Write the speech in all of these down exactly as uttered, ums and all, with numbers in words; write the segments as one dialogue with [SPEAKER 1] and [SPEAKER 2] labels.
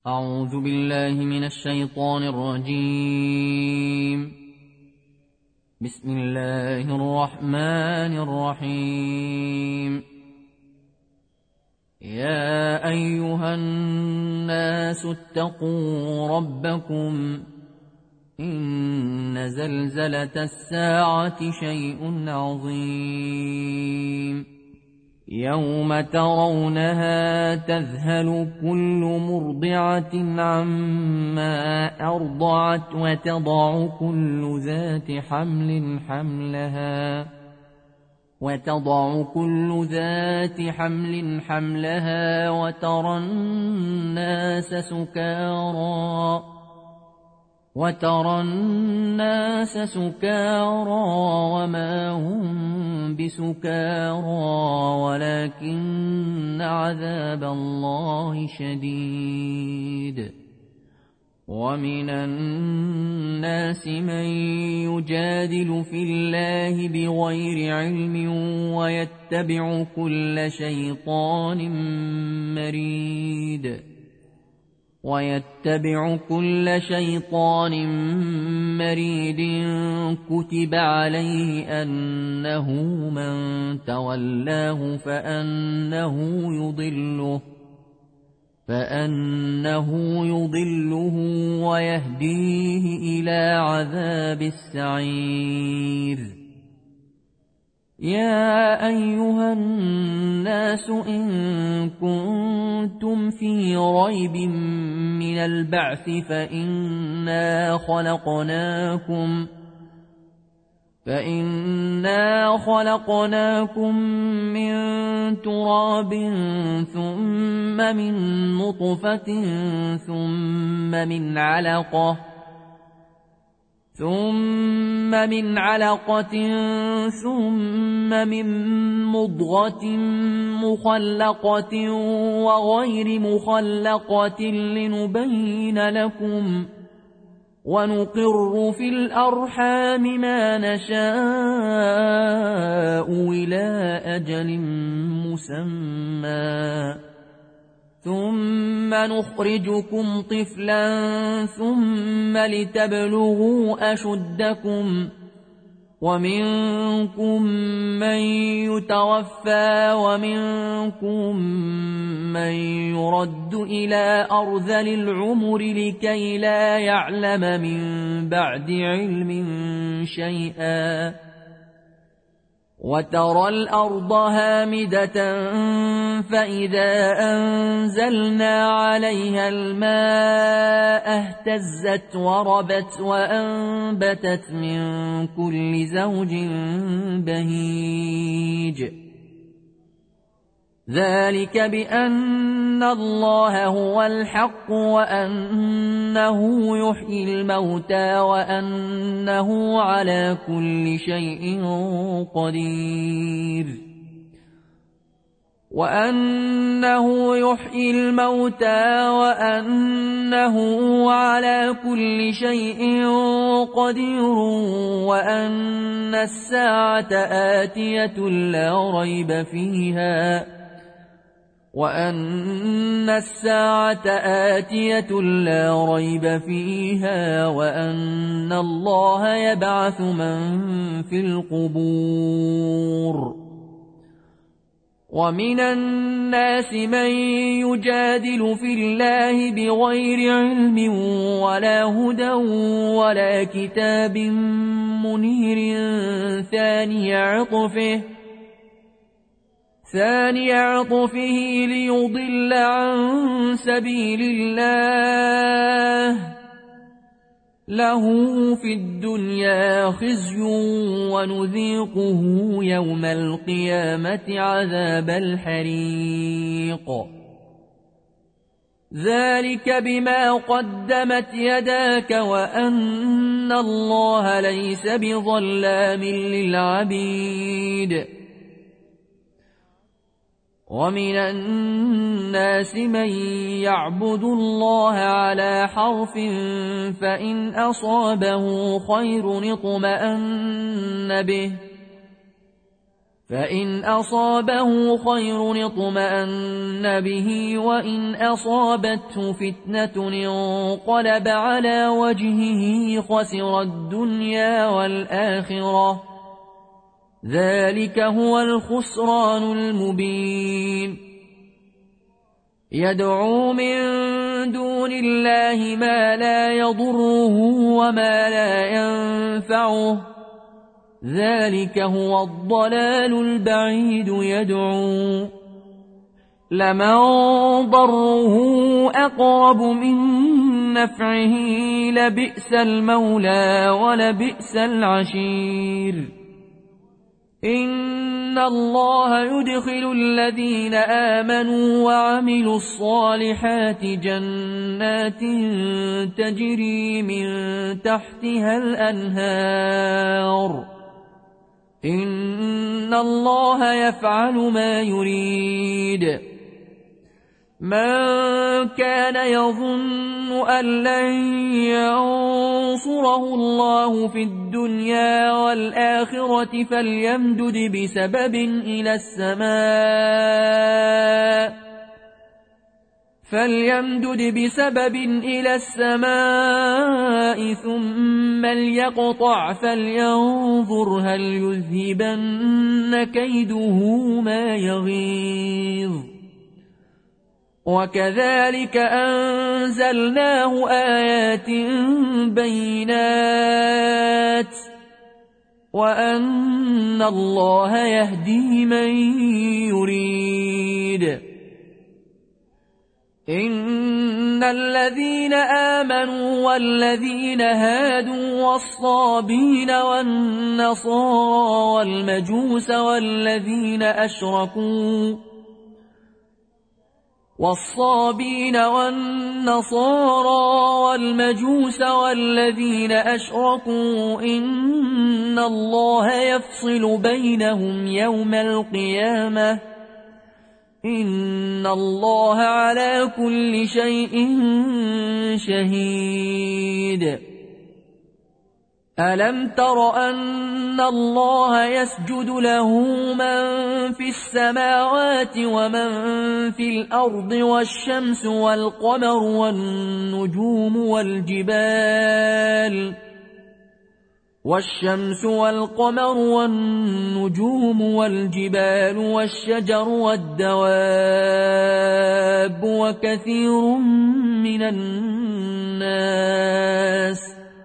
[SPEAKER 1] أعوذ بالله من الشيطان الرجيم. بسم الله الرحمن الرحيم. يا أيها الناس اتقوا ربكم إن زلزلة الساعة شيء عظيم يوم ترونها تذهل كل مرضعة عما أرضعت وتضع كل ذات حمل حملها وتضع كل ذات حمل حملها وترى الناس سكارى وترى الناس سكارى وما هم بسكارى ولكن عذاب الله شديد. ومن الناس من يجادل في الله بغير علم ويتبع كل شيطان مريد ويتبع كل شيطان مريد كتب عليه أنه من تولاه فأنه يضله فأنه يضله ويهديه إلى عذاب السعير. يا أيها الناس إن كنتم في ريب من البعث فإنا خلقناكم فإنا خلقناكم من تراب ثم من نطفة ثم من علقة ثم من علقة ثم من مضغة مخلقة وغير مخلقة لنبين لكم ونقر في الأرحام ما نشاء إلى أجل مسمى ثم نخرجكم طفلا ثم لتبلغوا أشدكم ومنكم من يتوفى ومنكم من يرد إلى أرذل العمر لكي لا يعلم من بعد علم شيئا وترى الأرض هامدة فإذا أنزلنا عليها الماء اهتزت وربت وأنبتت من كل زوج بهيج. ذلك بأن الله هو الحق وأنه يحيي الموتى وأنه على كل شيء قدير وأنه يحيي الموتى وأنه على كل شيء قدير وأن الساعة آتية لا ريب فيها وأن الساعة آتية لا ريب فيها وأن الله يبعث من في القبور. ومن الناس من يجادل في الله بغير علم ولا هدى ولا كتاب منير ثاني عطفه ثاني عطفه ليضل عن سبيل الله له في الدنيا خزي ونذيقه يوم القيامة عذاب الحريق. ذلك بما قدمت يداك وأن الله ليس بظلام للعبيد. ومن الناس من يعبد الله على حرف فإن أصابه خير اطمأن به فإن أصابه خير اطمأن به وإن أصابته فتنة انقلب على وجهه خسر الدنيا والآخرة ذلك هو الخسران المبين يدعو من دون الله ما لا يضره وما لا ينفعه ذلك هو الضلال البعيد يدعو لمن ضره أقرب من نفعه لبئس المولى ولبئس العشير إن الله يدخل الذين آمنوا وعملوا الصالحات جنات تجري من تحتها الأنهار إن الله يفعل ما يريد من كان يظن أن لن ينصره الله في الدنيا والآخرة فليمدد بسبب إلى السماء فليمدد بسبب إلى السماء ثم ليقطع فلينظر هل يذهبن كيده ما يغيظ وكذلك أنزلناه آيات بينات وأن الله يهدي من يريد إن الذين آمنوا والذين هادوا والصابين والنصارى والمجوس والذين أشركوا والصابين والنصارى والمجوس والذين أشركوا إن الله يفصل بينهم يوم القيامة إن الله على كل شيء شهيد ألم تر أن الله يسجد له من في السماوات ومن في الأرض والشمس والقمر والنجوم والجبال والشمس والقمر والنجوم والجبال والشجر والدواب وكثير من الناس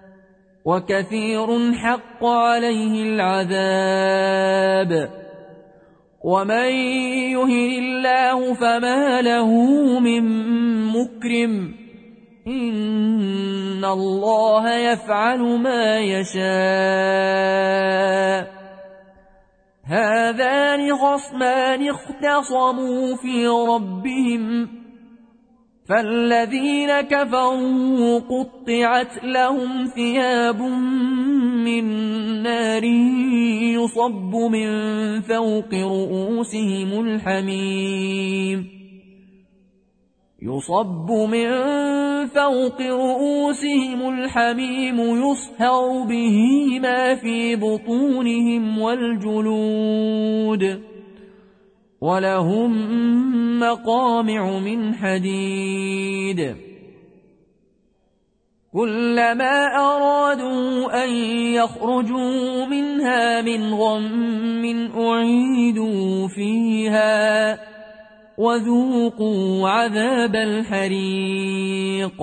[SPEAKER 1] وكثير حق عليه العذاب ومن يهن الله فما له من مكرم إن الله يفعل ما يشاء هذان خصمان اختصموا في ربهم فالذين كفروا قطعت لهم ثياب من نار يصب من فوق رؤوسهم الحميم يصب من فوق رؤوسهم الحميم يصهر به ما في بطونهم والجلود ولهم مقامع من حديد كلما أرادوا أن يخرجوا منها من غم أعيدوا فيها وذوقوا عذاب الحريق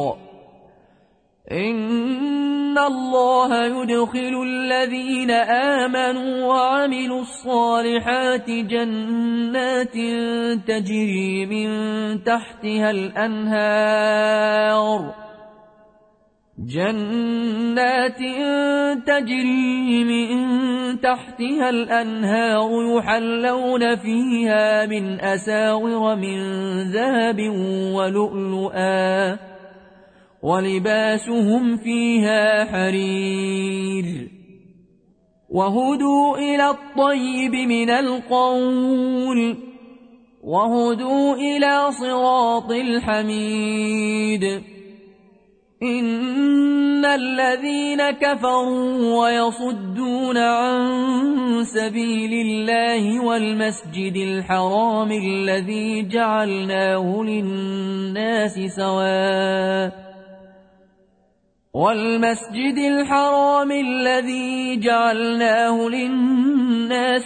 [SPEAKER 1] إن الله يدخل الذين آمنوا وعملوا الصالحات جنات تجري من تحتها الأنهار جنات تجري من تحتها الأنهار يحلون فيها من أساور من ذهب ولؤلؤا ولباسهم فيها حرير وهدوا إلى الطيب من القول وهدوا إلى صراط الحميد إن الذين كفروا ويصدون عن سبيل الله والمسجد الحرام الذي جعلناه للناس سواء والمسجد الحرام الذي جعلناه للناس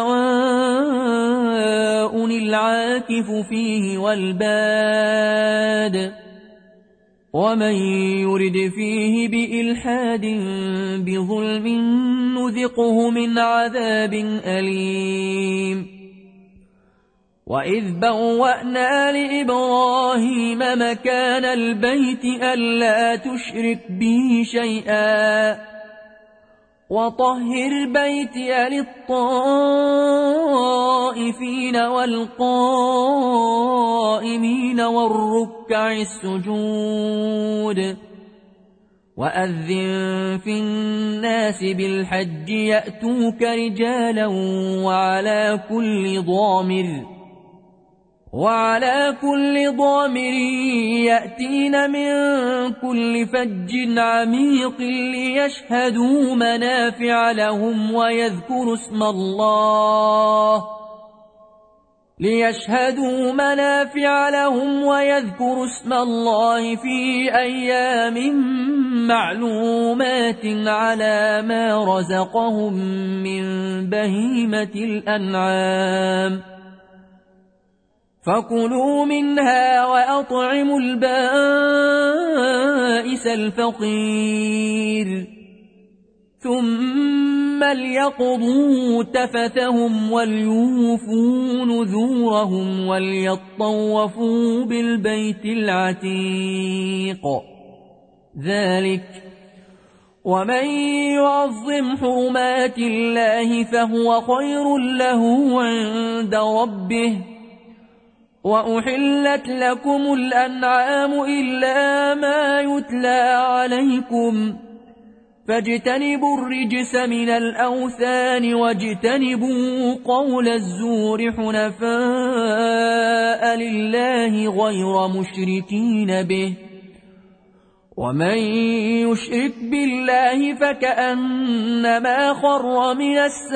[SPEAKER 1] سواء العاكف فيه والباد ومن يرد فيه بإلحاد بظلم نذقه من عذاب أليم وإذ بوأنا لإبراهيم مكان البيت ألا تشرك بي شيئا وطهر بيتي للطائفين والقائمين والركع السجود وأذن في الناس بالحج يأتوك رجالا وعلى كل ضامر وعلى كل ضامر يأتين من كل فج عميق ليشهدوا منافع لهم ويذكروا اسم الله ليشهدوا منافع لهم ويذكروا اسم الله في أيام معلومات على ما رزقهم من بهيمة الأنعام فكلوا منها وأطعموا البائس الفقير ثم ليقضوا تفثهم وليوفوا نذورهم وليطوفوا بالبيت العتيق ذلك ومن يعظم حرمات الله فهو خير له عند ربه وأحلت لكم الأنعام إلا ما يتلى عليكم فاجتنبوا الرجس من الأوثان واجتنبوا قول الزور حنفاء لله غير مشركين به ومن يشرك بالله فكأنما خر من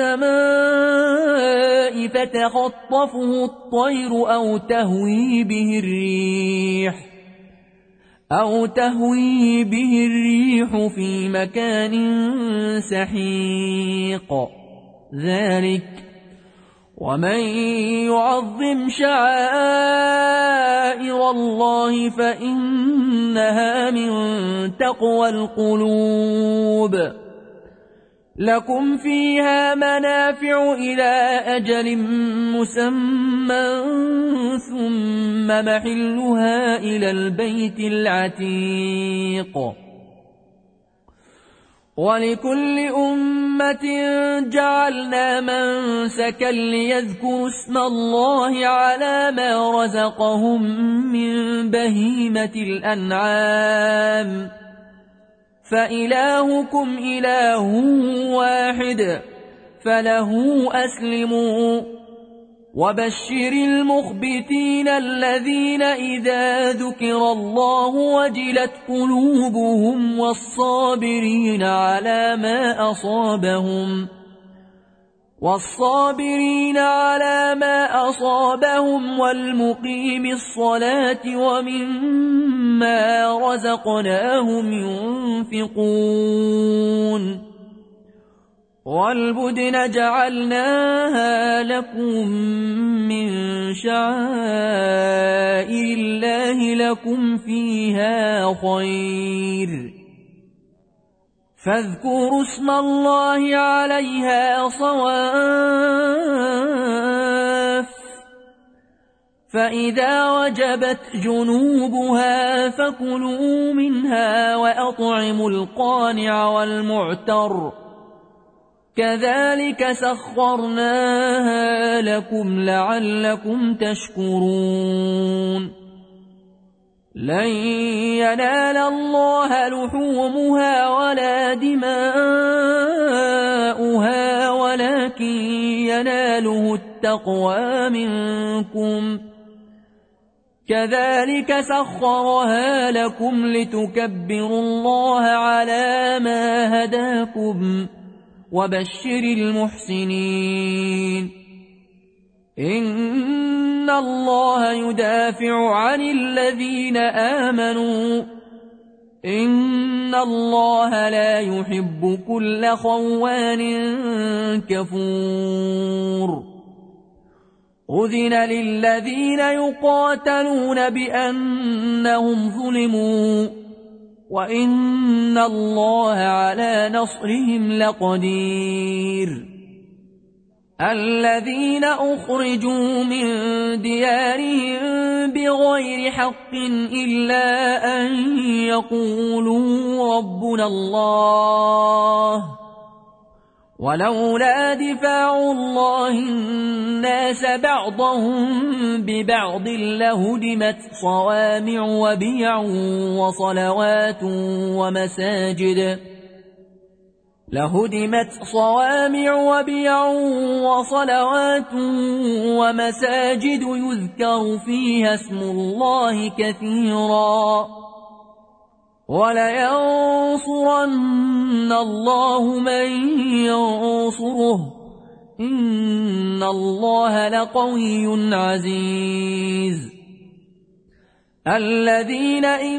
[SPEAKER 1] السماء فتخطفه الطير أو تهوي به الريح أو تهوي به الريح في مكان سحيق ذلك ومن يعظم شعائر الله فإنها من تقوى القلوب لكم فيها منافع إلى أجل مسمى ثم محلها إلى البيت العتيق ولكل أمة جعلنا منسكا ليذكروا اسم الله على ما رزقهم من بهيمة الأنعام فإلهكم إله واحد فله أسلموا وبشر المخبتين الذين إذا ذكر الله وجلت قلوبهم والصابرين على ما أصابهم والصابرين على ما أصابهم والمقيم الصلاة ومما رزقناهم ينفقون والبدن جعلناها لكم من شعائر الله لكم فيها خير فاذكروا اسم الله عليها صواف فإذا وجبت جنوبها فكلوا منها وأطعموا القانع والمعتر كذلك سخرناها لكم لعلكم تشكرون لن ينال الله لحومها ولا دماؤها ولكن يناله التقوى منكم كذلك سخرها لكم لتكبروا الله على ما هداكم وبشر المحسنين إن الله يدافع عن الذين آمنوا إن الله لا يحب كل خوان كفور أذن للذين يقاتلون بأنهم ظلموا وإن الله على نصرهم لقدير الذين أخرجوا من ديارهم بغير حق إلا أن يقولوا ربنا الله ولولا دفاع الله الناس بعضهم ببعض لهدمت صوامع وبيع وصلوات ومساجد لهدمت صوامع وبيع وصلوات ومساجد يذكر فيها اسم الله كثيرا ولينصرن الله من ينصره إن الله لقوي عزيز الذين إن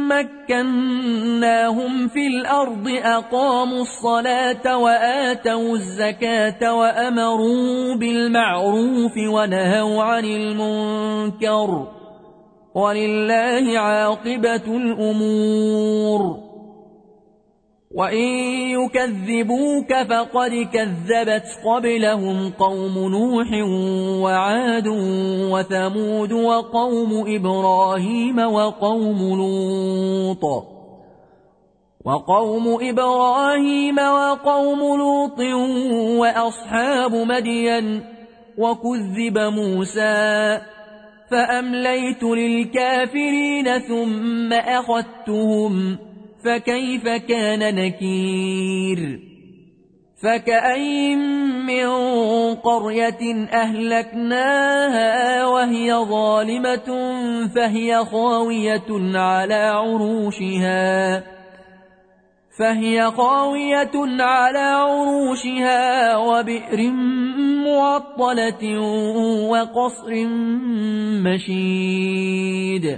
[SPEAKER 1] مكناهم في الأرض أقاموا الصلاة وآتوا الزكاة وأمروا بالمعروف ونهوا عن المنكر ولله عاقبة الأمور وإن يكذبوك فقد كذبت قبلهم قوم نوح وعاد وثمود وقوم إبراهيم وقوم لوط وقوم إبراهيم وقوم لوط وأصحاب مدين وكذب موسى فأمليت للكافرين ثم أخذتهم فكيف كان نكير فكأين من قرية أهلكناها وهي ظالمة فهي خاوية على عروشها فهي خاوية على عروشها وبئر معطلة وقصر مشيد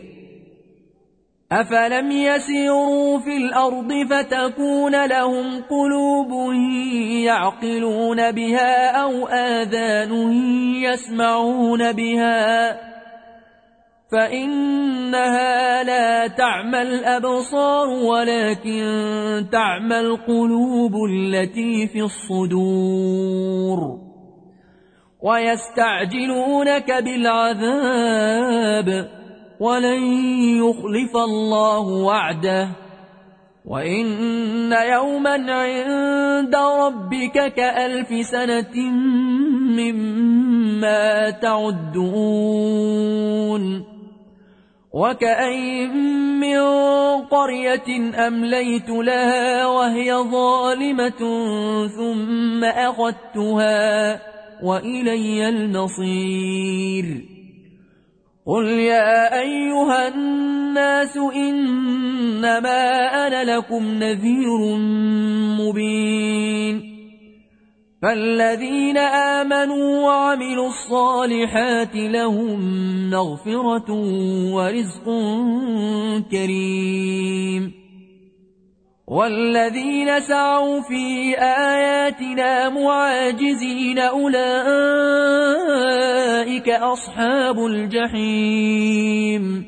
[SPEAKER 1] أفلم يسيروا في الأرض فتكون لهم قلوب يعقلون بها أو آذان يسمعون بها فإنها لا تعمى الأبصار ولكن تعمى القلوب التي في الصدور ويستعجلونك بالعذاب ولن يخلف الله وعده وإن يوما عند ربك كألف سنة مما تعدون وكأين من قرية أمليت لها وهي ظالمة ثم أخذتها وإلي المصير قل يا أيها الناس إنما أنا لكم نذير مبين فالذين آمنوا وعملوا الصالحات لهم مغفرة ورزق كريم والذين سعوا في آياتنا معاجزين أولئك أصحاب الجحيم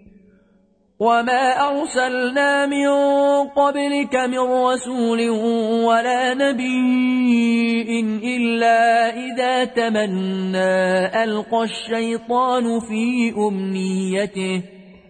[SPEAKER 1] وما أرسلنا من قبلك من رسول ولا نبي إلا إذا تمنى ألقى الشيطان في أمنيته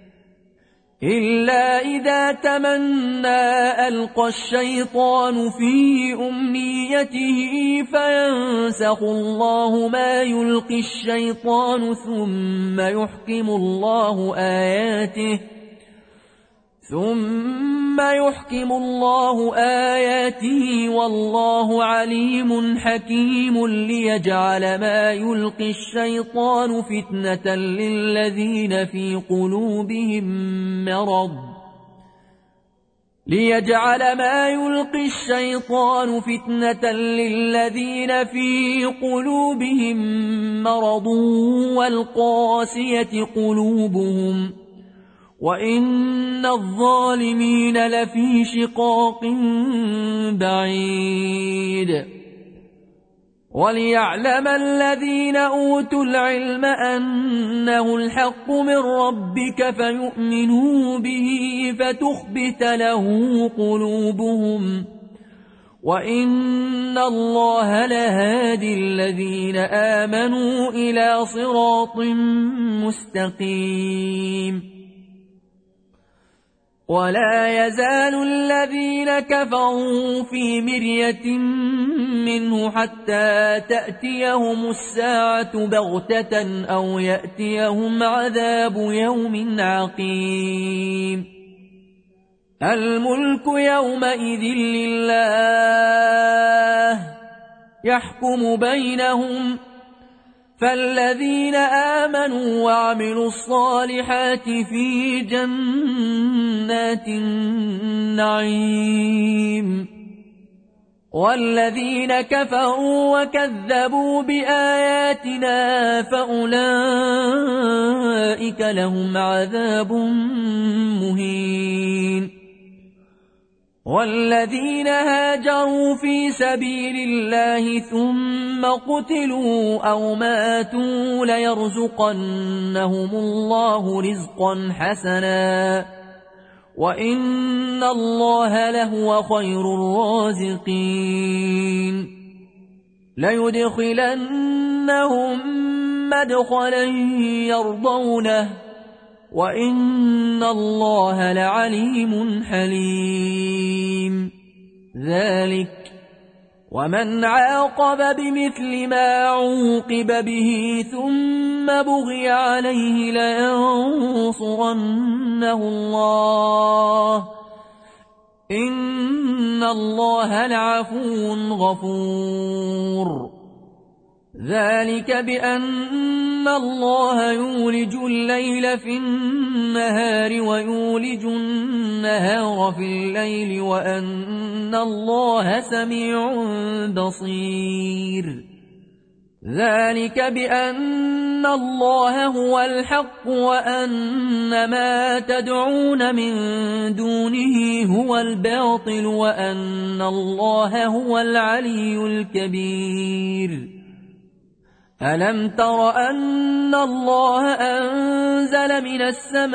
[SPEAKER 1] إلا إذا تمنى ألقى الشيطان في أمنيته فينسخ الله ما يلقي الشيطان ثم يحكم الله آياته ثم ثم يحكم الله آياته والله عليم حكيم ليجعل ما يلقي الشيطان فتنة للذين في قلوبهم مرض ليجعل ما يلقي الشيطان فتنة للذين في قلوبهم مرض والقاسية قلوبهم وإن الظالمين لفي شقاق بعيد. وليعلم الذين أوتوا العلم أنه الحق من ربك فيؤمنوا به فتخبت له قلوبهم وإن الله لهادي الذين آمنوا إلى صراط مستقيم. ولا يزال الذين كفروا في مرية منه حتى تأتيهم الساعة بغتة أو يأتيهم عذاب يوم عقيم. الملك يومئذ لله يحكم بينهم فالذين آمنوا وعملوا الصالحات في جنات النعيم والذين كفروا وكذبوا بآياتنا فأولئك لهم عذاب مهين. والذين هاجروا في سبيل الله ثم قتلوا أو ماتوا ليرزقنهم الله رزقا حسنا وإن الله لهو خير الرازقين. ليدخلنهم مدخلا يرضونه وإن الله لعليم حليم. ذلك ومن عاقب بمثل ما عوقب به ثم بغي عليه لينصرنه الله إن الله لعفو غفور. ذلك بأن الله يولج الليل في النهار ويولج النهار في الليل وأن الله سميع بصير. ذلك بأن الله هو الحق وأن ما تدعون من دونه هو الباطل وأن الله هو العلي الكبير. ألم تر أن الله أنزل من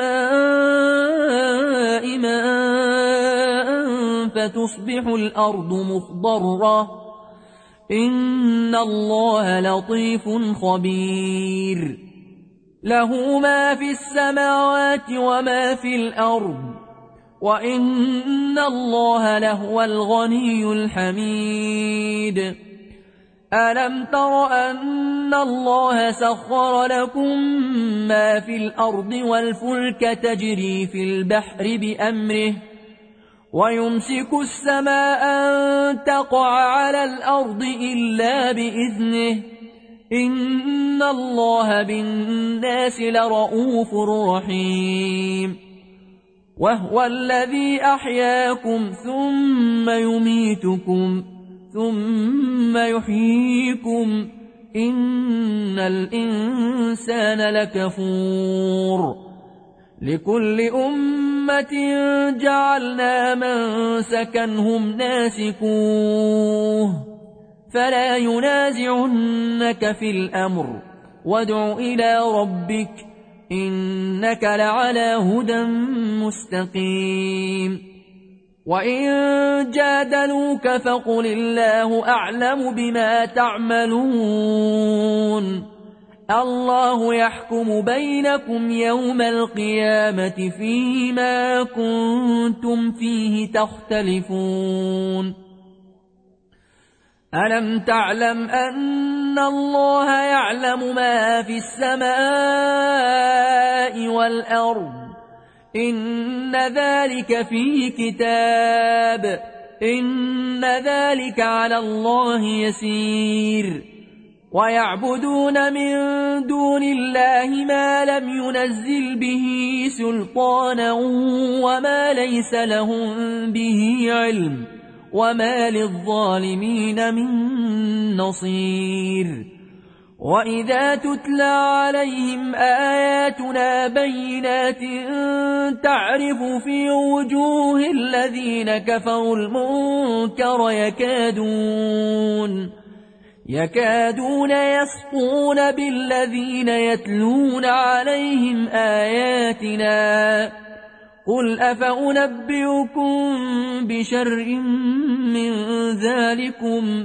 [SPEAKER 1] السماء ماء فتصبح الأرض مخضرة إن الله لطيف خبير. له ما في السماوات وما في الأرض وإن الله لهو الغني الحميد. ألم تر أن الله سخر لكم ما في الأرض والفلك تجري في البحر بأمره ويمسك السماء أن تقع على الأرض إلا بإذنه إن الله بالناس لرؤوف رحيم. وهو الذي أحياكم ثم يميتكم ثم يحييكم إن الإنسان لكفور. لكل أمة جعلنا منسكا هم ناسكوه فلا ينازعنك في الأمر وادع إلى ربك إنك لعلى هدى مستقيم. وإن جادلوك فقل الله أعلم بما تعملون الله يحكم بينكم يوم القيامة فيما كنتم فيه تختلفون. ألم تعلم أن الله يعلم ما في السماء والأرض إن ذلك في كتاب إن ذلك على الله يسير ويعبدون من دون الله ما لم ينزل به سلطانا وما ليس لهم به علم وما للظالمين من نصير وإذا تتلى عليهم آياتنا بينات تعرف في وجوه الذين كفروا المنكر يكادون يكادون يسطون بالذين يتلون عليهم آياتنا قل أفأنبئكم بشر من ذلكم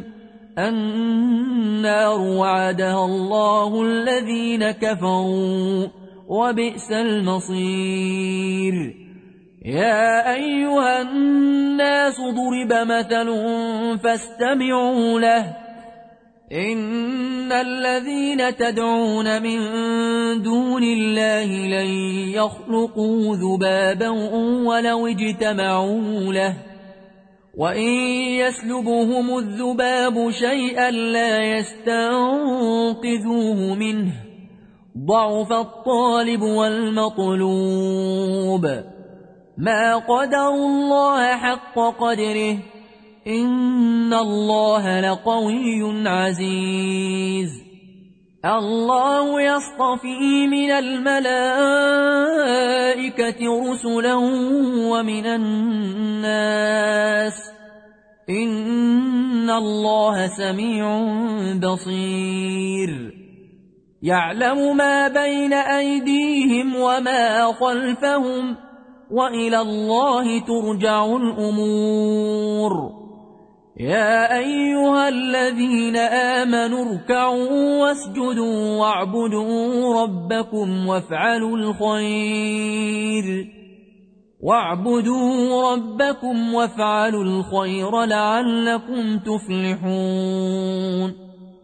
[SPEAKER 1] النار وعدها الله الذين كفروا وبئس المصير يا أيها الناس ضرب مثل فاستمعوا له إن الذين تدعون من دون الله لن يخلقوا ذبابا ولو اجتمعوا له وإن يسلبهم الذباب شيئا لا يستنقذوه منه ضعف الطالب والمطلوب ما قدروا الله حق قدره إن الله لقوي عزيز الله يصطفي من الملائكة رسلا ومن الناس إن الله سميع بصير يعلم ما بين أيديهم وما خلفهم وإلى الله ترجع الأمور يا أيها الذين آمنوا اركعوا واسجدوا واعبدوا ربكم وافعلوا الخير واعبدوا ربكم وافعلوا الخير لعلكم تفلحون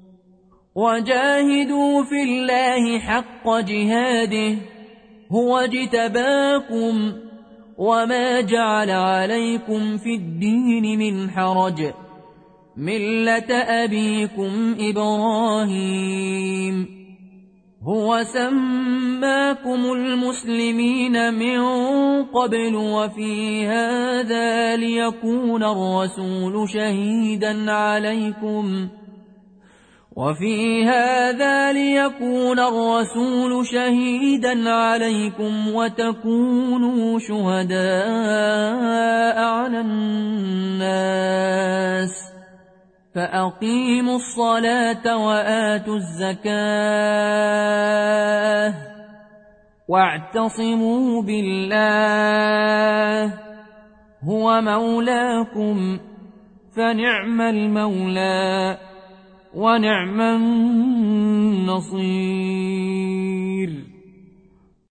[SPEAKER 1] وجاهدوا في الله حق جهاده هو اجتباكم وما جعل عليكم في الدين من حرج ملة أبيكم إبراهيم هو سماكم المسلمين من قبل وفي هذا ليكون الرسول شهيدا عليكم وفي هذا ليكون الرسول شهيدا عليكم وتكونوا شهداء على الناس فأقيموا الصلاة وآتوا الزكاة واعتصموا بالله هو مولاكم فنعم المولى ونعم النصير